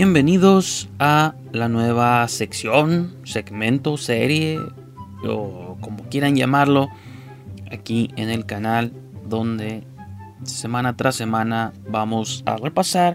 Bienvenidos a la nueva sección, segmento, serie o como quieran llamarlo aquí en el canal, donde semana tras semana vamos a repasar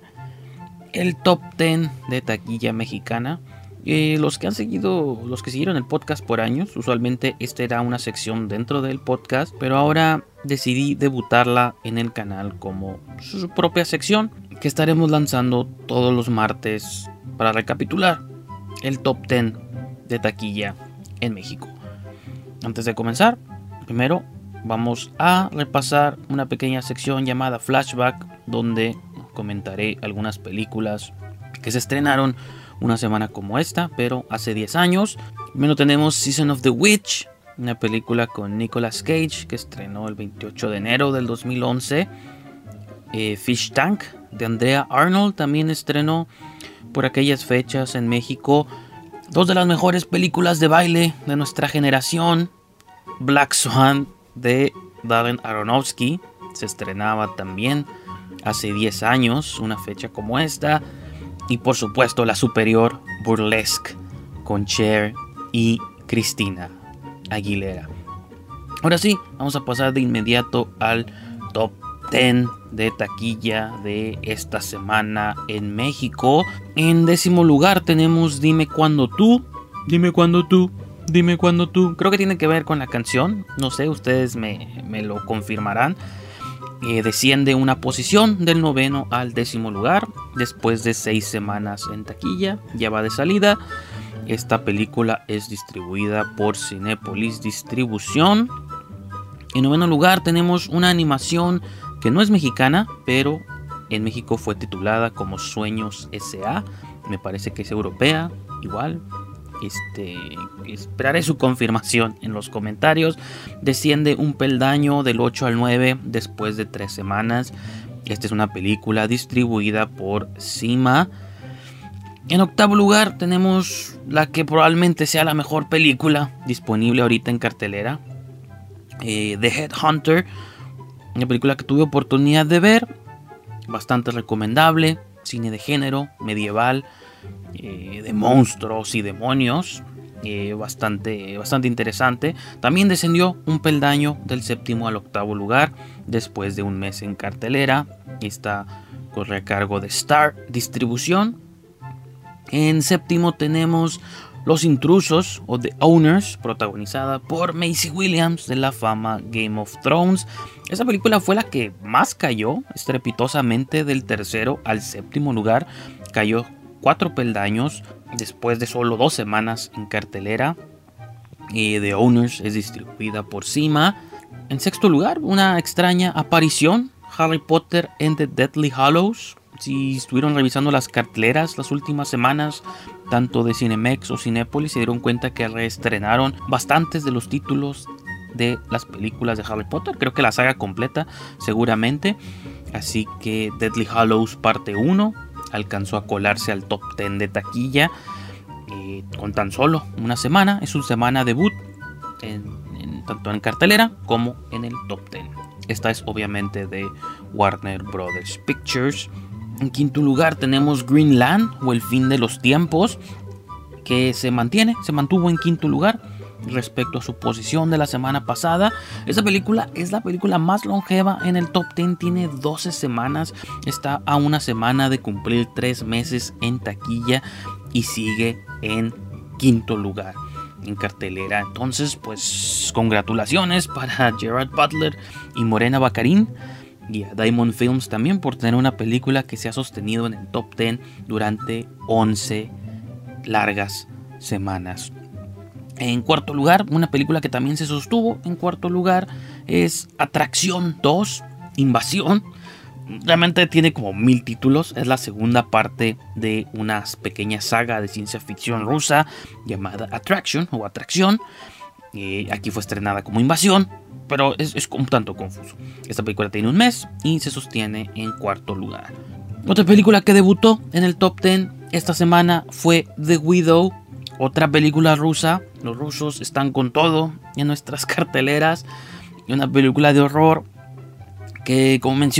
el top 10 de taquilla mexicana. Los que siguieron el podcast por años, usualmente esta era una sección dentro del podcast, pero ahora decidí debutarla en el canal como su propia sección que estaremos lanzando todos los martes para recapitular el top 10 de taquilla en México. Antes de comenzar, primero vamos a repasar una pequeña sección llamada Flashback, donde comentaré algunas películas que se estrenaron una semana como esta, pero hace 10 años. Primero tenemos Season of the Witch, una película con Nicolas Cage que estrenó el 28 de enero del 2011. Fish Tank de Andrea Arnold también estrenó por aquellas fechas en México. Dos de las mejores películas de baile de nuestra generación, Black Swan de Darren Aronofsky, se estrenaba también hace 10 años, una fecha como esta. Y por supuesto la superior Burlesque con Cher y Christina Aguilera. Ahora sí, vamos a pasar de inmediato al top 10 de taquilla de esta semana en México. En 10º lugar tenemos Dime Cuándo Tú. Dime Cuándo Tú. Dime Cuándo Tú. Creo que tiene que ver con la canción. No sé, ustedes me lo confirmarán. Desciende una posición del 9º al 10º lugar después de 6 semanas en taquilla, ya va de salida. Esta película es distribuida por Cinépolis Distribución. En 9º lugar tenemos una animación que no es mexicana, pero en México fue titulada como Sueños S.A. Me parece que es europea, igual. Esperaré su confirmación en los comentarios. Desciende un peldaño del 8 al 9 después de 3 semanas. Esta es una película distribuida por Cima. En 8º lugar tenemos la que probablemente sea la mejor película disponible ahorita en cartelera, The Headhunter, una película que tuve oportunidad de ver, bastante recomendable, cine de género, medieval, de monstruos y demonios, bastante interesante. También descendió un peldaño del 7º al 8º lugar después de un mes en cartelera. Está corre a cargo de Star Distribución. En 7º tenemos Los Intrusos o The Owners, protagonizada por Maisie Williams de la fama Game of Thrones. Esa película fue la que más cayó estrepitosamente del 3º al 7º lugar. Cayó 4 peldaños después de solo 2 semanas en cartelera. The Owners es distribuida por Cima. En 6º lugar, una extraña aparición, Harry Potter and the Deathly Hallows. Si estuvieron revisando las carteleras las últimas semanas, tanto de Cinemex o Cinépolis, se dieron cuenta que reestrenaron bastantes de los títulos de las películas de Harry Potter. Creo que la saga completa, seguramente. Así que Deathly Hallows parte 1 alcanzó a colarse al top 10 de taquilla con tan solo una semana. Es su semana debut tanto en cartelera como en el top 10. Esta es obviamente de Warner Brothers Pictures. En 5º lugar tenemos Greenland o El Fin de los Tiempos, que se mantuvo en 5º lugar respecto a su posición de la semana pasada. Esta película es la película más longeva en el top 10, tiene 12 semanas, está a una semana de cumplir 3 meses en taquilla y sigue en 5º lugar en cartelera. Entonces, pues congratulaciones para Gerard Butler y Morena Baccarin y a Diamond Films también por tener una película que se ha sostenido en el top 10 durante 11 largas semanas. En 4º lugar, una película que también se sostuvo en 4º lugar es Atracción 2, Invasión. Realmente tiene como 1000 títulos. Es la segunda parte de una pequeña saga de ciencia ficción rusa llamada Attraction o Atracción. Aquí fue estrenada como Invasión, pero es un tanto confuso. Esta película tiene un mes y se sostiene en 4º lugar. Otra película que debutó en el top 10 esta semana fue The Widow, otra película rusa. Los rusos están con todo en nuestras carteleras. Una película de horror que, como menciono,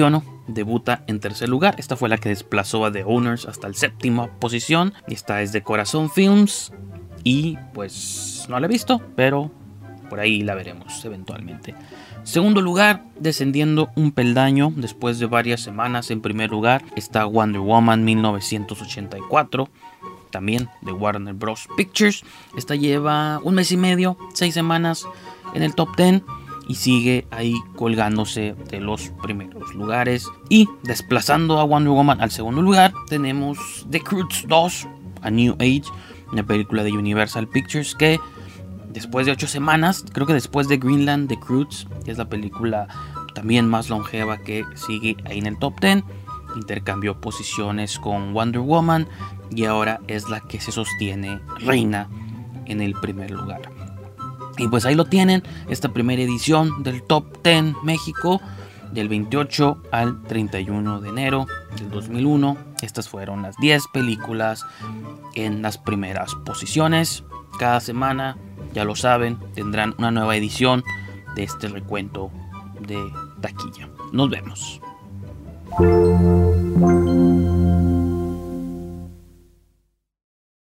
debuta en tercer lugar. Esta fue la que desplazó a The Owners hasta la séptima posición. Esta es de Corazón Films y pues no la he visto, pero por ahí la veremos eventualmente. Segundo lugar, descendiendo un peldaño después de varias semanas. En primer lugar está Wonder Woman 1984, también de Warner Bros. Pictures. Esta lleva un mes y medio, 6 semanas en el top 10 y sigue ahí colgándose de los primeros lugares. Y desplazando a Wonder Woman al segundo lugar, tenemos The Croods 2, A New Age, una película de Universal Pictures que después de 8 semanas, creo que después de Greenland, The Croods, que es la película también más longeva que sigue ahí en el top 10, intercambió posiciones con Wonder Woman y ahora es la que se sostiene reina en el primer lugar. Y pues ahí lo tienen, esta primera edición del Top 10 México del 28 al 31 de enero del 2001. Estas fueron las 10 películas en las primeras posiciones. Cada semana, ya lo saben, tendrán una nueva edición de este recuento de taquilla. Nos vemos.